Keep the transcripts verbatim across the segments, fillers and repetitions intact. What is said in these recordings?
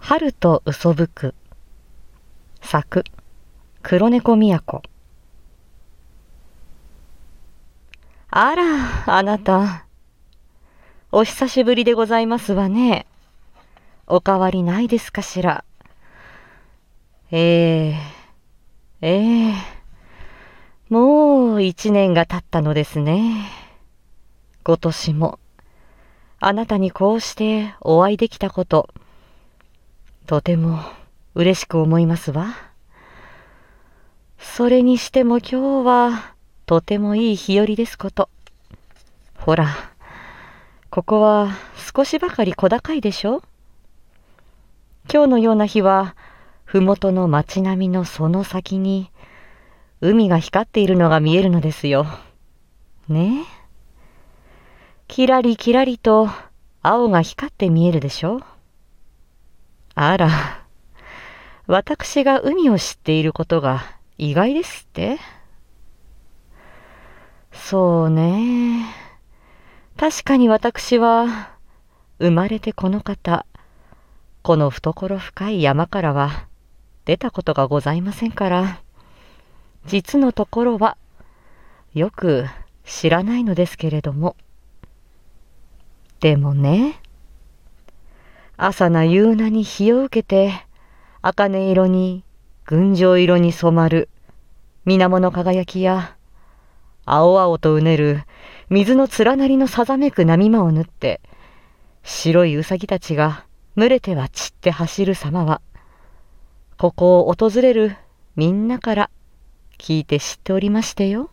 春と嘘吹く。作、黒猫都。あら、あなた。お久しぶりでございますわね。お変わりないですかしら。ええ、ええ、もう一年が経ったのですね。今年も、あなたにこうしてお会いできたこと、とても嬉しく思いますわ。それにしても今日はとてもいい日和ですこと。ほら、ここは少しばかり小高いでしょ。今日のような日は、ふもとの町並みのその先に、海が光っているのが見えるのですよ。ねえ。きらりきらりと青が光って見えるでしょ。あら、私が海を知っていることが意外ですって。そうね。確かに私は、生まれてこの方、この懐深い山からは出たことがございませんから、実のところはよく知らないのですけれども。でもね、朝な夕なに日を受けて、茜色に群青色に染まる水面の輝きや、青々とうねる水の連なりのさざめく波間を縫って、白いうさぎたちが群れては散って走る様は、ここを訪れるみんなから聞いて知っておりましてよ。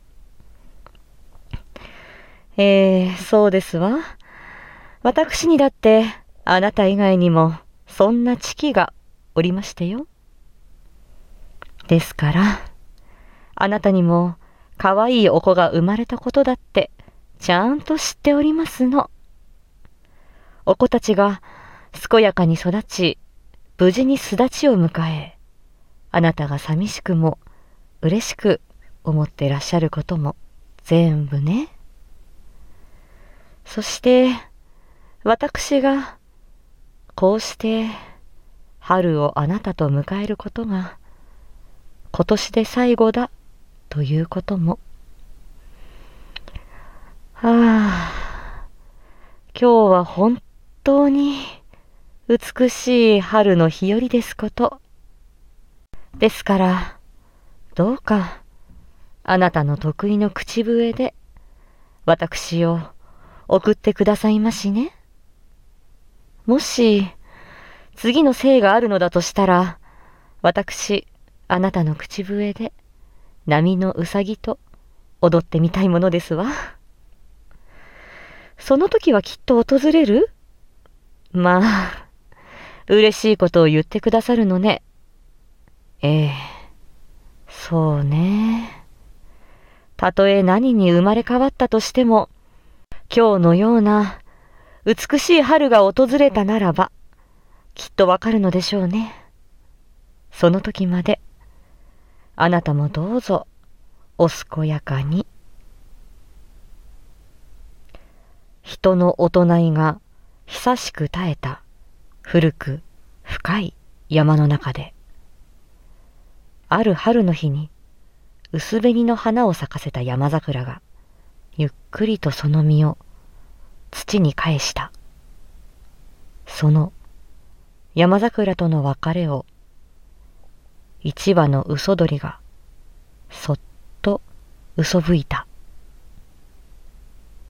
ええ、そうですわ。私にだってあなた以外にもそんな知己がおりましてよ。ですから、あなたにもかわいいお子が生まれたことだってちゃんと知っておりますの。お子たちが健やかに育ち、無事に巣立ちを迎え、あなたが寂しくも嬉しく思ってらっしゃることも全部ね。そして私がこうして春をあなたと迎えることが今年で最後だということも。はあ、今日は本当に美しい春の日和ですこと。ですから、どうかあなたの得意の口笛で私を送ってくださいましね。もし次の生があるのだとしたら、私、あなたの口笛で波のうさぎと踊ってみたいものですわ。その時はきっと訪れる？まあ、嬉しいことを言ってくださるのね。ええ、そうね。たとえ何に生まれ変わったとしても、今日のような美しい春が訪れたならば、きっとわかるのでしょうね。その時まで、あなたもどうぞ、お健やかに。人のお隣が久しく絶えた古く深い山の中で、ある春の日に薄紅の花を咲かせた山桜がゆっくりとその実を土に返した。その山桜との別れを一羽の嘘鳥がそっと嘘吹いた。